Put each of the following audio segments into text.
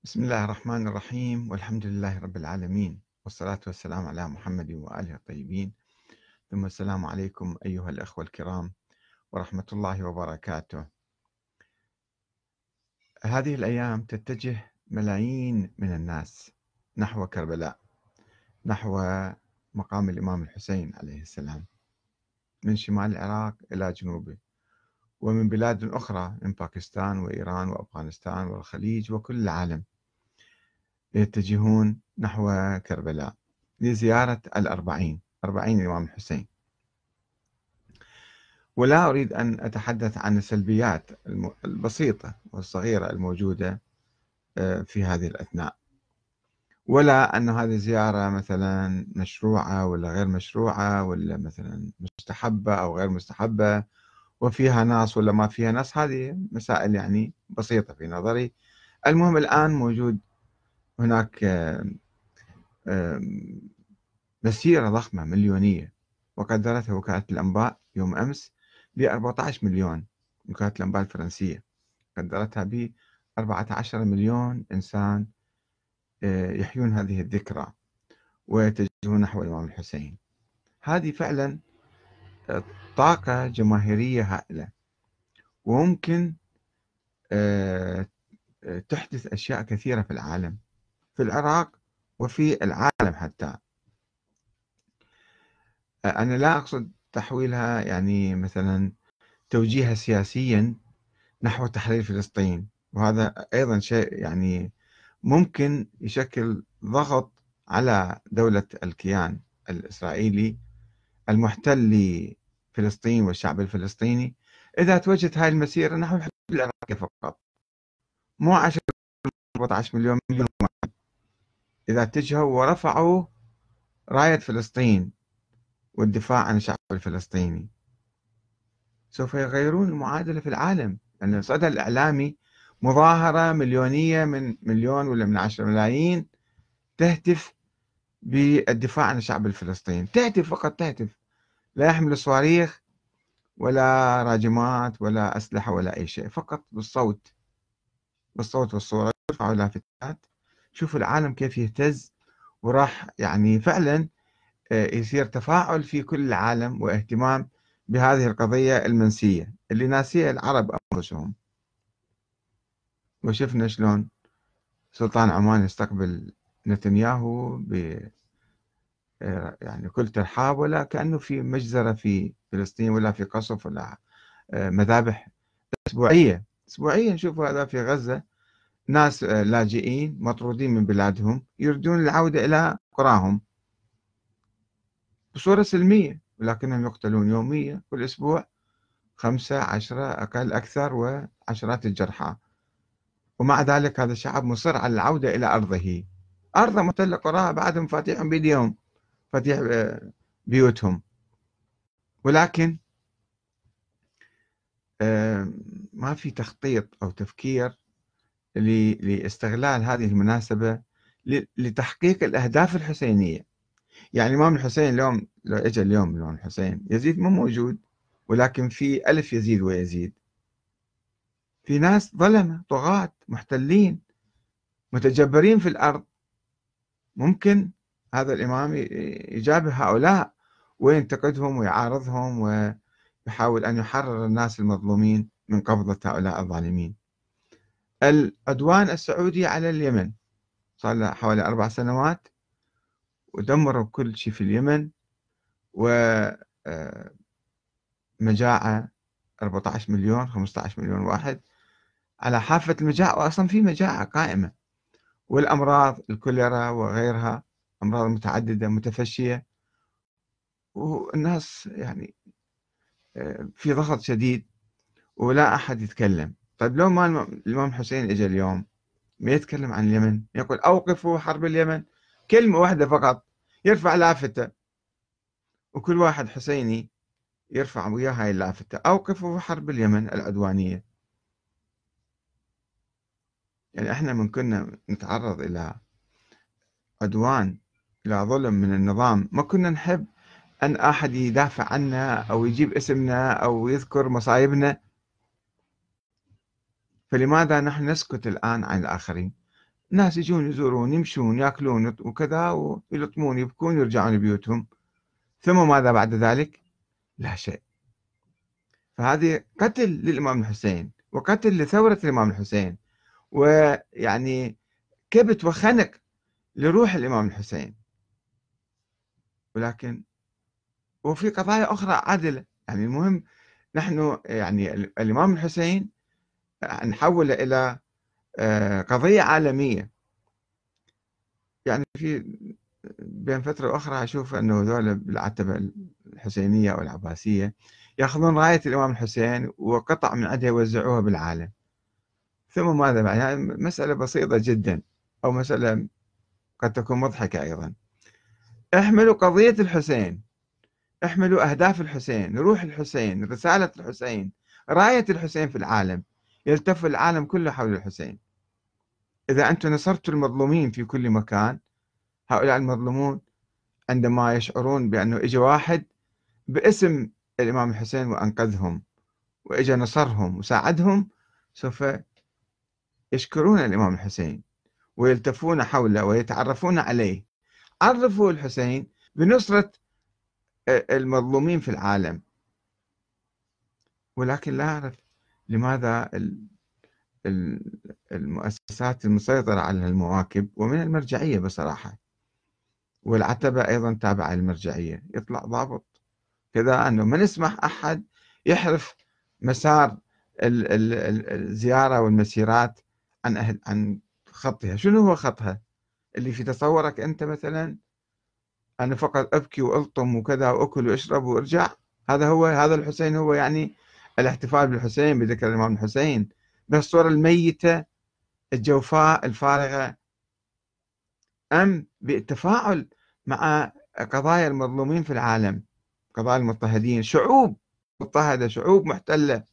بسم الله الرحمن الرحيم والحمد لله رب العالمين والصلاة والسلام على محمد وآله الطيبين ثم السلام عليكم أيها الأخوة الكرام ورحمة الله وبركاته. هذه الأيام تتجه ملايين من الناس نحو كربلاء، نحو مقام الإمام الحسين عليه السلام، من شمال العراق إلى جنوبه، ومن بلاد أخرى من باكستان وإيران وأفغانستان والخليج وكل العالم يتجهون نحو كربلاء لزيارة أربعين الإمام الحسين. ولا أريد أن أتحدث عن السلبيات البسيطة والصغيرة الموجودة في هذه الأثناء، ولا أن هذه الزيارة مثلا مشروعة ولا غير مشروعة، ولا مثلا مستحبة أو غير مستحبة، وفيها ناس ولا ما فيها ناس. هذه مسائل يعني بسيطة في نظري. المهم الآن موجود هناك آه، مسيرة ضخمة مليونية، وقدرتها وكالة الأنباء يوم أمس ب 14 مليون. وكالة الأنباء الفرنسية قدرتها ب 14 مليون إنسان يحيون هذه الذكرى ويتجهون نحو الإمام الحسين. هذه فعلا آه، طاقة جماهيرية هائلة، وممكن تحدث أشياء كثيرة في العالم، في العراق وفي العالم حتى. أنا لا أقصد تحويلها يعني مثلا توجيهها سياسيا نحو تحرير فلسطين، وهذا أيضا شيء يعني ممكن يشكل ضغط على دولة الكيان الإسرائيلي المحتل لفلسطين والشعب الفلسطيني، إذا توجهت هاي المسيرة نحو الحدود العراقية فقط، مو 10 14 مليون واحد. إذا اتجهوا ورفعوا راية فلسطين والدفاع عن الشعب الفلسطيني، سوف يغيرون المعادلة في العالم. لأن الصدى الإعلامي مظاهرة مليونية من مليون ولا من 10 ملايين تهتف بالدفاع عن الشعب الفلسطيني، تهتف فقط تهتف، لا يحمل صواريخ ولا راجمات ولا أسلحة ولا أي شيء، فقط بالصوت، بالصوت والصورة يرفعوا لافتات. شوفوا العالم كيف يهتز، وراح يعني فعلا يصير تفاعل في كل العالم واهتمام بهذه القضية المنسية اللي ناسيها العرب أنفسهم. وشفنا شلون سلطان عمان يستقبل نتنياهو ب يعني كل ترحاب، ولا كأنه في مجزرة في فلسطين ولا في قصف ولا مذابح أسبوعية أسبوعيا. نشوفوا هذا في غزة، ناس لاجئين مطرودين من بلادهم يريدون العودة إلى قراهم بصورة سلمية، ولكنهم يقتلون يوميا كل أسبوع، 5 10 أقل أكثر وعشرات الجرحى. ومع ذلك هذا الشعب مصر على العودة إلى أرضه، أرض محتلة قراها بعدهم فاتحهم بيديهم، فاتح بيوتهم. ولكن ما في تخطيط أو تفكير لاستغلال هذه المناسبة لتحقيق الأهداف الحسينية. يعني الإمام الحسين اليوم لو إجا اليوم الإمام الحسين، يزيد مو موجود، ولكن في ألف يزيد ويزيد، في ناس ظلمة طغاة محتلين متجبرين في الأرض. ممكن هذا الإمام يجابه هؤلاء وينتقدهم ويعارضهم ويحاول أن يحرر الناس المظلومين من قبضة هؤلاء الظالمين. العدوان السعودي على اليمن صار له حوالي 4 سنوات، ودمروا كل شيء في اليمن، ومجاعة 14 مليون 15 مليون واحد على حافة المجاعة، وأصلا في مجاعة قائمة، والأمراض الكوليرا وغيرها أمراض متعددة متفشية، والناس يعني في ضغط شديد ولا أحد يتكلم. طيب لو ما الإمام حسين إجا اليوم ما يتكلم عن اليمن، يقول أوقفوا حرب اليمن، كلمة واحدة فقط، يرفع لافتة، وكل واحد حسيني يرفع وياه هاي اللافتة، أوقفوا حرب اليمن العدوانية. يعني احنا من كنا نتعرض إلى عدوان، إلى ظلم من النظام، ما كنا نحب أن أحد يدافع عنا أو يجيب اسمنا أو يذكر مصايبنا. فلماذا نحن نسكت الآن عن الآخرين؟ الناس يجون يزورون يمشون ياكلون وكذا ويلطمون يبكون يرجعون بيوتهم، ثم ماذا بعد ذلك؟ لا شيء. فهذه قتل للإمام الحسين وقتل لثورة الإمام الحسين، ويعني كبت وخنق لروح الإمام الحسين. ولكن وفي قضايا أخرى عادلة، يعني المهم نحن يعني الإمام الحسين نحول إلى قضية عالمية. يعني في بين فترة وأخرى أشوف أنه ذولا بالعتبة الحسينية أو العباسية يأخذون راية الإمام الحسين وقطع من عندها يوزعوها بالعالم، ثم ماذا بعد؟ يعني مسألة بسيطة جدا، أو مسألة قد تكون مضحكة أيضا. احملوا قضية الحسين، احملوا أهداف الحسين، روح الحسين، رسالة الحسين، راية الحسين في العالم، يلتف العالم كله حول الحسين. إذا أنتم نصرتوا المظلومين في كل مكان، هؤلاء المظلومون عندما يشعرون بأنه إجا واحد باسم الإمام الحسين وأنقذهم وإجا نصرهم وساعدهم، سوف يشكرون الإمام الحسين ويلتفون حوله ويتعرفون عليه. عرفوا الحسين بنصرة المظلومين في العالم. ولكن لا أعرف لماذا المؤسسات المسيطرة على المواكب ومن المرجعية بصراحة، والعتبة أيضا تابعة للمرجعية، يطلع ضابط كذا أنه ما نسمح أحد يحرف مسار الزيارة والمسيرات عن خطها. شنو هو خطها اللي في تصورك أنت؟ مثلا أنا فقط أبكي وألطم وكذا وأكل وأشرب وأرجع، هذا الحسين هو يعني الاحتفال بالحسين بذكر الإمام الحسين بالصورة الميتة الجوفاء الفارغة، أم بالتفاعل مع قضايا المظلومين في العالم، قضايا المضطهدين، شعوب مضطهدة، شعوب محتلة،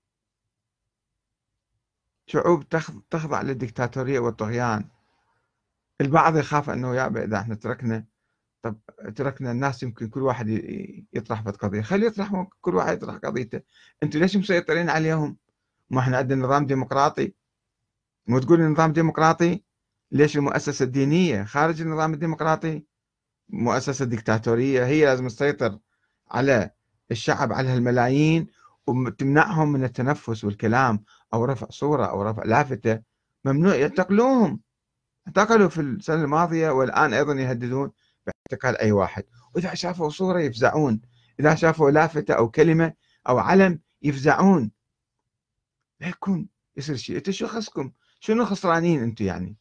شعوب تخضع للدكتاتورية والطغيان. البعض يخاف أنه يابا إذا احنا طب تركنا الناس يمكن كل واحد يطرح فد قضية، خلي يطرح، كل واحد يطرح قضيته. انتوا ليش مسيطرين عليهم؟ ما احنا عندنا نظام ديمقراطي. مو تقول النظام ديمقراطي، ليش المؤسسة الدينية خارج النظام الديمقراطي؟ مؤسسة ديكتاتورية هي لازم تسيطر على الشعب، على هالملايين، وتمنعهم من التنفس والكلام أو رفع صورة أو رفع لافتة. ممنوع يعتقلوهم. اعتقلوا في السنة الماضية والآن أيضا يهددون باعتقال أي واحد، وإذا شافوا صورة يفزعون، إذا شافوا لافتة أو كلمة أو علم يفزعون. لا يكون يصير شيء. أنتوا شو خصكم؟ شنو خسرانين أنتوا يعني؟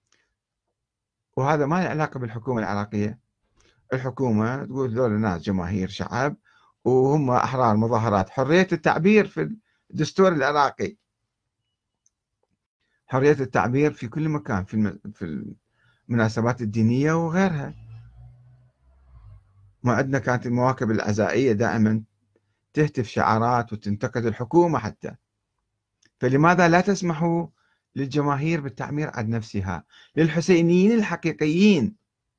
وهذا ما له علاقة بالحكومة العراقية. الحكومة تقول ذول الناس جماهير شعب وهم أحرار مظاهرات، حرية التعبير في الدستور العراقي، حرية التعبير في كل مكان، في المناسبات الدينية وغيرها. ما عندنا كانت المواكب العزائية دائما تهتف شعارات وتنتقد الحكومة حتى. فلماذا لا تسمحوا للجماهير بالتعبير عن نفسها، للحسينيين الحقيقيين؟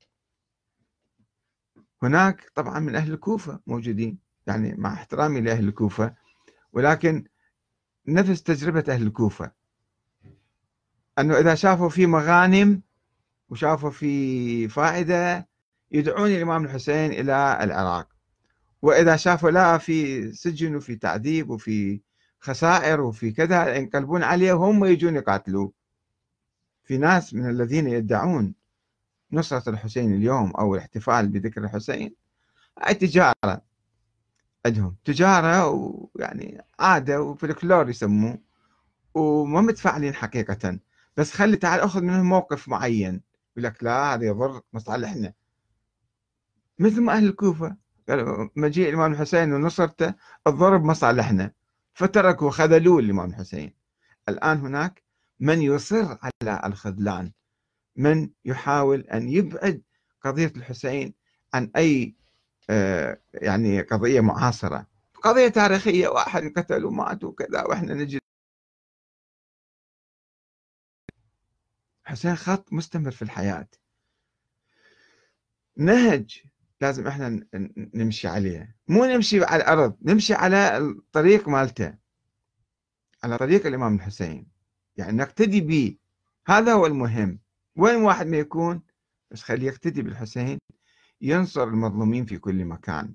هناك طبعا من أهل الكوفة موجودين، يعني مع احترامي لأهل الكوفة، ولكن نفس تجربة أهل الكوفة، أنه إذا شافوا في مغانم وشافوا في فائدة يدعون الإمام الحسين إلى العراق، وإذا شافوا لا في سجن وفي تعذيب وفي خسائر وفي كذا ينقلبون عليه وهم يجون يقاتلوه. في ناس من الذين يدعون نصرة الحسين اليوم أو الاحتفال بذكر الحسين هاي تجارة، عندهم تجارة ويعني عادة وفلكلور يسموه، وما متفاعلين حقيقة. بس خلي تعال أخذ منهم موقف معين، يقول لك لا هذا يضر مصالحنا، مثل ما أهل الكوفة قالوا مجيء الإمام الحسين ونصرته الضرب مصالحنا، فتركوا خذلوا الإمام الحسين. الآن هناك من يصر على الخذلان، من يحاول أن يبعد قضية الحسين عن أي يعني قضية معاصرة، قضية تاريخية، واحد انقتل ومات وكذا وإحنا نجي. حسين خط مستمر في الحياة، نهج لازم احنا نمشي عليه، مو نمشي على الأرض، نمشي على الطريق مالته، على طريق الإمام الحسين، يعني نقتدي به. هذا هو المهم. وين واحد ما يكون، بس خليه يقتدي بالحسين، ينصر المظلومين في كل مكان.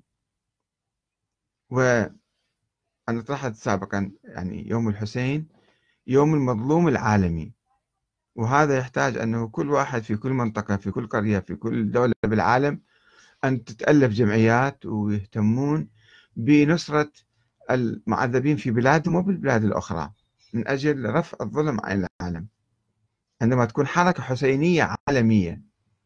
وأنا طرحت سابقا يعني يوم الحسين يوم المظلوم العالمي، وهذا يحتاج أنه كل واحد في كل منطقة، في كل قرية، في كل دولة بالعالم، أن تتألف جمعيات ويهتمون بنصرة المعذبين في بلادهم وبالبلاد الأخرى من أجل رفع الظلم عن العالم. عندما تكون حركة حسينية عالمية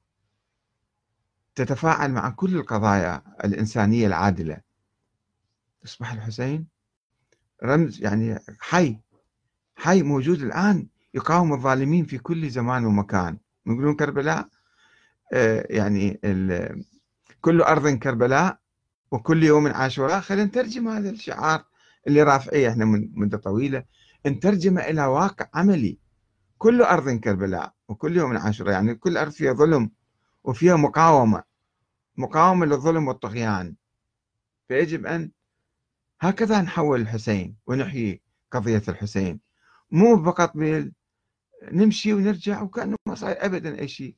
تتفاعل مع كل القضايا الإنسانية العادلة، يصبح الحسين رمز، يعني حي موجود الآن يقاوم الظالمين في كل زمان ومكان. يقولون كربلاء، يعني كل أرض كربلاء وكل يوم عاشوراء. خلينا نترجم هذا الشعار اللي رافعيه احنا من مدة طويلة، نترجمه إلى واقع عملي. كل أرض كربلاء وكل يوم عاشوراء، يعني كل أرض فيها ظلم وفيها مقاومة للظلم والطغيان. فيجب أن هكذا نحول الحسين ونحيي قضية الحسين، مو فقط نمشي ونرجع وكأنه ما صاير أبدا أي شيء.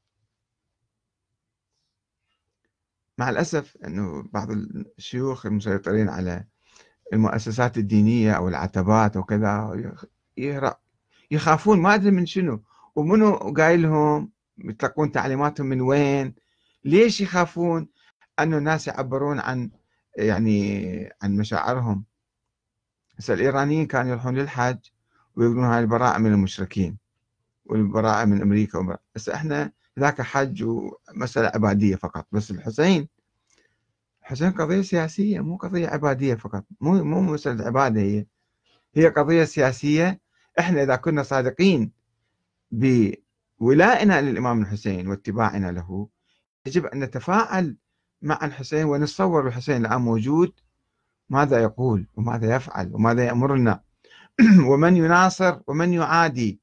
مع الأسف أنه بعض الشيوخ المسيطرين على المؤسسات الدينية أو العتبات وكذا يهرب، يخافون ما أدري من شنو، ومنو قايل لهم، يتلقون تعليماتهم من وين، ليش يخافون أنه الناس يعبرون عن يعني عن مشاعرهم. هسه الإيرانيين كانوا يروحون للحج ويقولون هاي البراءة من المشركين والبراءة من أمريكا هسه إحنا ذاك حج ومسألة عبادية فقط. بس الحسين قضية سياسية، مو قضية عبادية فقط، مو مسألة عبادة، هي قضية سياسية. إحنا إذا كنا صادقين بولائنا للإمام الحسين واتباعنا له، يجب أن نتفاعل مع الحسين ونتصور الحسين الآن موجود، ماذا يقول وماذا يفعل وماذا يأمرنا ومن يناصر ومن يعادي.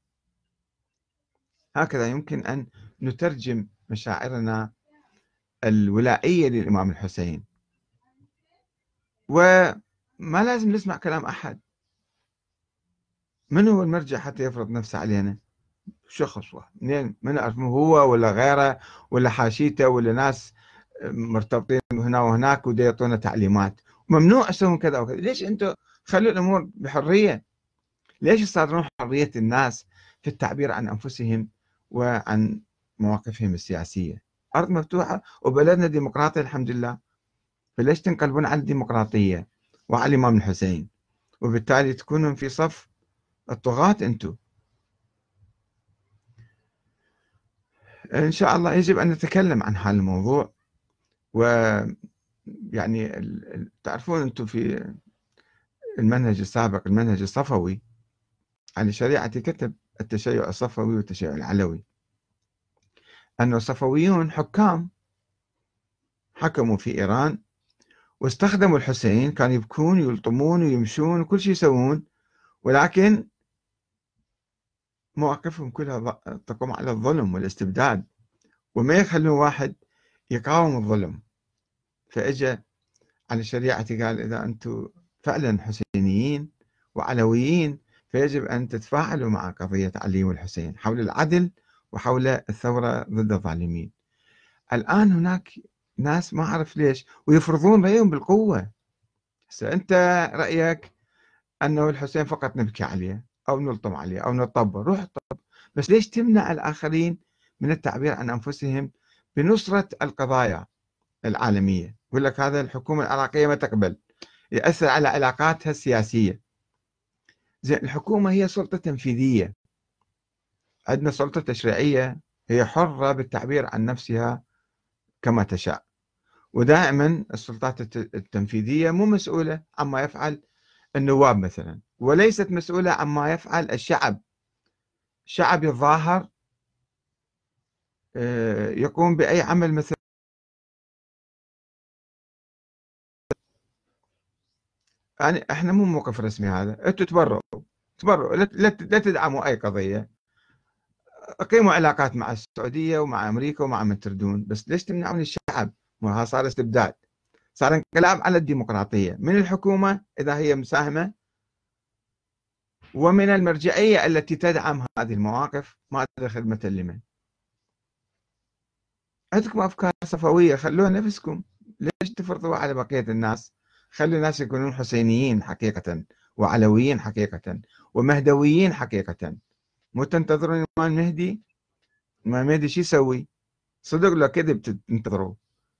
هكذا يمكن أن نترجم مشاعرنا الولائية للإمام الحسين، وما لازم نسمع كلام أحد. من هو المرجع حتى يفرض نفسه علينا؟ شخص واحد، منين؟ من نعرف هو ولا غيره ولا حاشيته ولا ناس مرتبطين هنا وهناك ودا يعطونا تعليمات ممنوع اسوون كذا وكذا. ليش انتم خلوا الامور بحريه؟ ليش تصادرون حريه الناس في التعبير عن انفسهم وعن مواقفهم السياسيه؟ ارض مفتوحه وبلدنا ديمقراطي الحمد لله، فليش تنقلبون على الديمقراطيه وعلى الامام الحسين وبالتالي تكونون في صف الطغاة انتم؟ ان شاء الله يجب ان نتكلم عن هذا الموضوع. ويعني تعرفون انتم في المنهج السابق، المنهج الصفوي، على شريعة كتب التشيع الصفوي والتشيع العلوي، أن الصفويون حكام حكموا في إيران واستخدموا الحسين، كانوا يبكون ويلطمون ويمشون وكل شيء يسوون، ولكن مواقفهم كلها تقوم على الظلم والاستبداد، وما يخلون واحد يقاوم الظلم. فإجا على شريعتي قال إذا أنتم فعلا حسينيين وعلويين فيجب أن تتفاعلوا مع قضية علي والحسين حول العدل وحول الثورة ضد الظالمين. الآن هناك ناس ما أعرف ليش ويفرضون رأيهم بالقوة. أنت رأيك أنه الحسين فقط نبكي عليه أو نلطم عليه أو نطبر، روح طب، بس ليش تمنع الآخرين من التعبير عن أنفسهم بنصرة القضايا العالمية؟ يقول لك هذا الحكومة العراقية ما تقبل، يأثر على علاقاتها السياسية. زين، الحكومة هي سلطة تنفيذية، عندنا سلطة تشريعية هي حرة بالتعبير عن نفسها كما تشاء، ودائما السلطات التنفيذية مو مسؤولة عما يفعل النواب مثلا، وليست مسؤولة عما يفعل الشعب. الشعب يتظاهر، يقوم بأي عمل مثل يعني احنا مو موقف رسمي هذا، انتوا تبرروا لا تدعموا اي قضية، اقيموا علاقات مع السعودية ومع امريكا ومع من تردون، بس ليش تمنعون الشعب؟ ما صار استبداد، صار انقلاب على الديمقراطية من الحكومة اذا هي مساهمة، ومن المرجعية التي تدعم هذه المواقف ما أدري خدمة لمن. عندكم أفكار صفوية، خلوها نفسكم، ليش تفرضوها على بقية الناس؟ خلوا الناس يكونون حسينيين حقيقة، وعلويين حقيقة، ومهدويين حقيقة. مو تنتظرون الإمام المهدي؟ الإمام المهدي شو يسوي؟ صدق لو كذب تنتظروا؟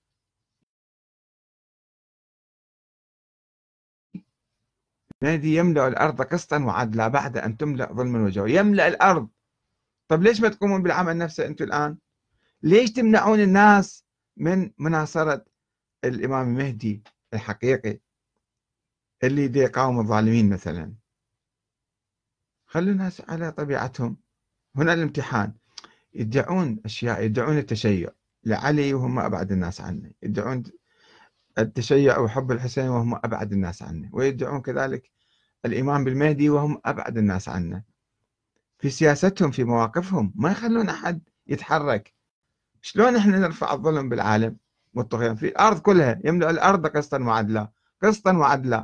المهدي يملأ الأرض قسطا وعدلا بعد أن تملأ ظلما وجورا، يملأ الأرض. طب ليش ما تقومون بالعمل نفسه أنتم الآن؟ ليش تمنعون الناس من مناصرة الإمام المهدي الحقيقي اللي دي يقاوم الظالمين مثلا؟ خلوا الناس على طبيعتهم. هنا الامتحان. يدعون أشياء، يدعون التشيع لعلي وهم أبعد الناس عنه، يدعون التشيع وحب الحسين وهم أبعد الناس عنه، ويدعون كذلك الإيمان بالمهدي وهم أبعد الناس عنه. في سياستهم، في مواقفهم، ما يخلون أحد يتحرك. شلون احنا نرفع الظلم بالعالم والطغيان في الأرض كلها؟ يملأ الأرض قسطا وعدلا، قسطا وعدلا.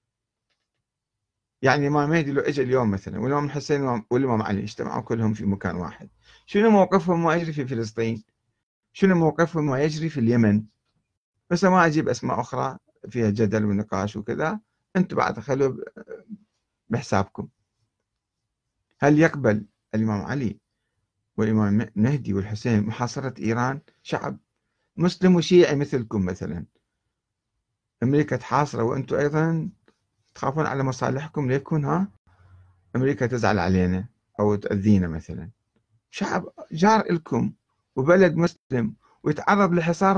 يعني الإمام مهدي لو اجى اليوم مثلا، والإمام الحسين والإمام علي اجتمعوا كلهم في مكان واحد، شنو موقفهم ما يجري في فلسطين؟ شنو موقفهم ما يجري في اليمن؟ بس ما أجيب أسماء أخرى فيها جدل ونقاش وكذا، أنتم بعد خلوا بحسابكم. هل يقبل الإمام علي والإمام المهدي والحسين محاصرة إيران؟ شعب مسلم وشيعي مثلكم مثلا، أمريكا تحاصره وأنتم أيضا تخافون على مصالحكم، ليكون أمريكا تزعل علينا أو تأذينا مثلا. شعب جار لكم وبلد مسلم ويتعرض لحصار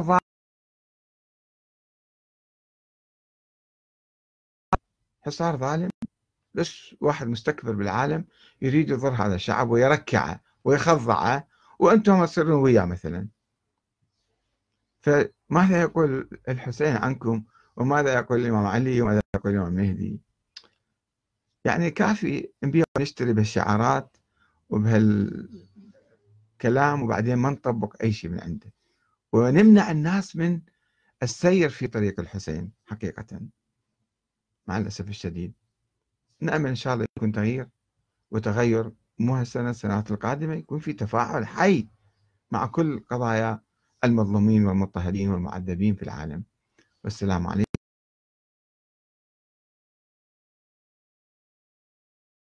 حصار ظالم. بس واحد مستكبر بالعالم يريد يضر هذا الشعب ويركعه ويخضعه، وأنتم تصيرون وياه مثلا. فماذا يقول الحسين عنكم؟ وماذا يقول الإمام علي؟ وماذا يقول الإمام المهدي؟ يعني كافي نبيع ونشتري بهالشعارات وبهالكلام، وبعدين ما نطبق أي شيء من عنده، ونمنع الناس من السير في طريق الحسين حقيقة، مع الأسف الشديد. نأمل إن شاء الله يكون تغيير وتغير، مو هالسنة، السنوات القادمة يكون في تفاعل حي مع كل قضايا المظلومين والمضطهدين والمعذبين في العالم. والسلام عليكم.